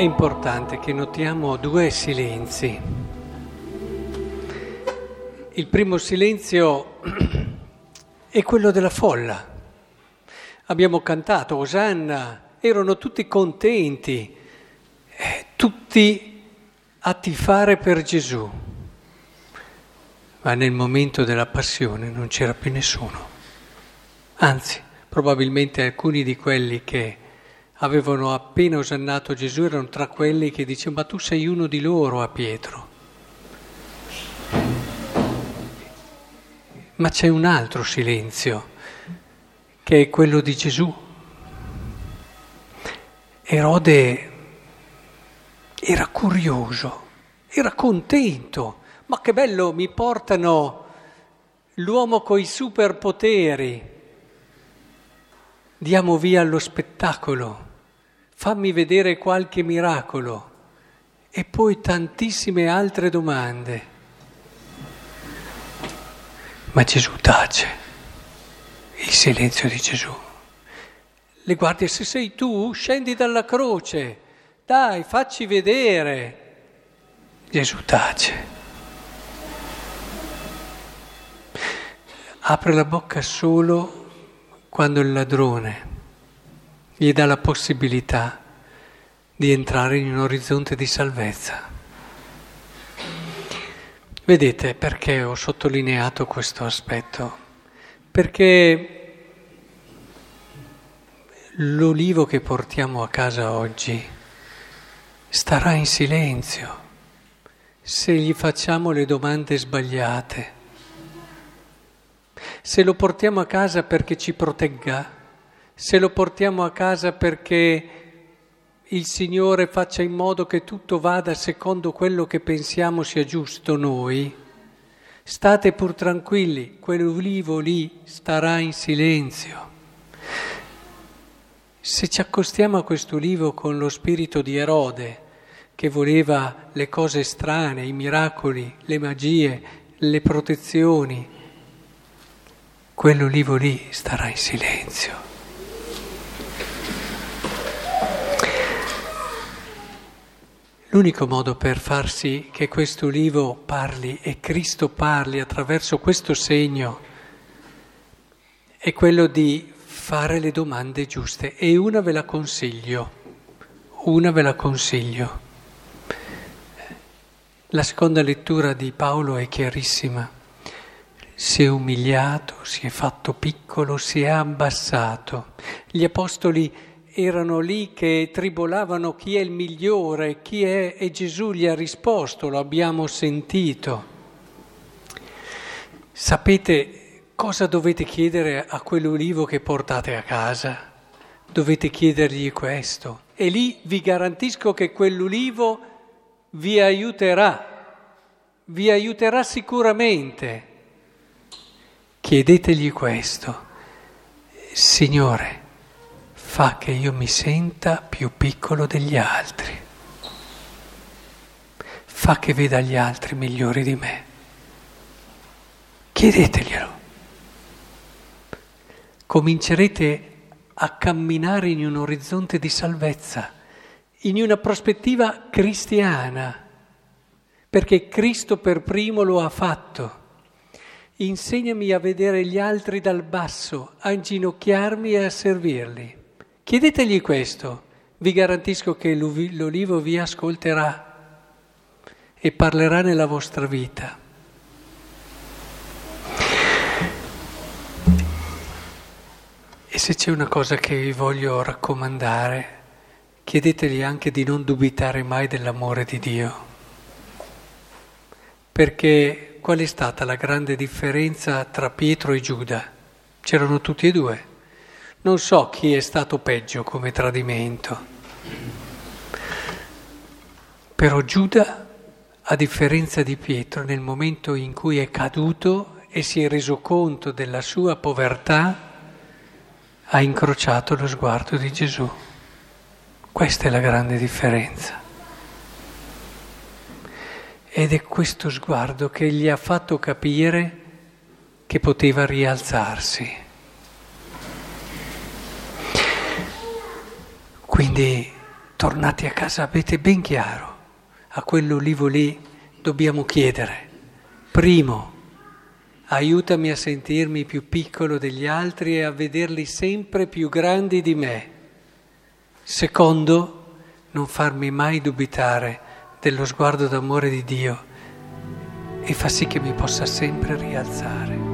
È importante che notiamo due silenzi. Il primo silenzio è quello della folla. Abbiamo cantato Osanna, erano tutti contenti, tutti a tifare per Gesù. Ma nel momento della passione non c'era più nessuno. Anzi, probabilmente alcuni di quelli che avevano appena osannato Gesù erano tra quelli che dicevano: ma tu sei uno di loro, a Pietro. Ma c'è un altro silenzio, che è quello di Gesù. Erode era curioso, era contento. Ma che bello, mi portano l'uomo coi superpoteri. Diamo via allo spettacolo, fammi vedere qualche miracolo. E poi tantissime altre domande. Ma Gesù tace, il silenzio di Gesù. Le guardie: se sei tu, scendi dalla croce, dai, facci vedere. Gesù tace. Apre la bocca solo quando il ladrone gli dà la possibilità di entrare in un orizzonte di salvezza. Vedete perché ho sottolineato questo aspetto? Perché l'olivo che portiamo a casa oggi starà in silenzio se gli facciamo le domande sbagliate. Se lo portiamo a casa perché ci protegga, se lo portiamo a casa perché il Signore faccia in modo che tutto vada secondo quello che pensiamo sia giusto noi, state pur tranquilli, quell'ulivo lì starà in silenzio. Se ci accostiamo a quest'ulivo con lo spirito di Erode, che voleva le cose strane, i miracoli, le magie, le protezioni, quell'ulivo lì starà in silenzio. L'unico modo per far sì che questo ulivo parli e Cristo parli attraverso questo segno è quello di fare le domande giuste. E una ve la consiglio. La seconda lettura di Paolo è chiarissima. Si è umiliato, si è fatto piccolo, si è abbassato. Gli apostoli erano lì che tribolavano chi è il migliore, chi è, e Gesù gli ha risposto, lo abbiamo sentito. Sapete cosa dovete chiedere a quell'ulivo che portate a casa? Dovete chiedergli questo. E lì vi garantisco che quell'ulivo vi aiuterà sicuramente. Chiedetegli questo: Signore, fa che io mi senta più piccolo degli altri, fa che veda gli altri migliori di me. Chiedeteglielo. Comincerete a camminare in un orizzonte di salvezza, in una prospettiva cristiana, perché Cristo per primo lo ha fatto. Insegnami a vedere gli altri dal basso, a inginocchiarmi e a servirli. Chiedetegli questo, vi garantisco che l'olivo vi ascolterà e parlerà nella vostra vita. E se c'è una cosa che vi voglio raccomandare, chiedetegli anche di non dubitare mai dell'amore di Dio. Perché qual è stata la grande differenza tra Pietro e Giuda? C'erano tutti e due. Non so chi è stato peggio come tradimento. Però Giuda, a differenza di Pietro, nel momento in cui è caduto e si è reso conto della sua povertà, ha incrociato lo sguardo di Gesù. Questa è la grande differenza. Ed è questo sguardo che gli ha fatto capire che poteva rialzarsi. Quindi tornati a casa avete ben chiaro, a quell'olivo lì dobbiamo chiedere, primo, aiutami a sentirmi più piccolo degli altri e a vederli sempre più grandi di me. Secondo, non farmi mai dubitare dello sguardo d'amore di Dio e fa sì che mi possa sempre rialzare.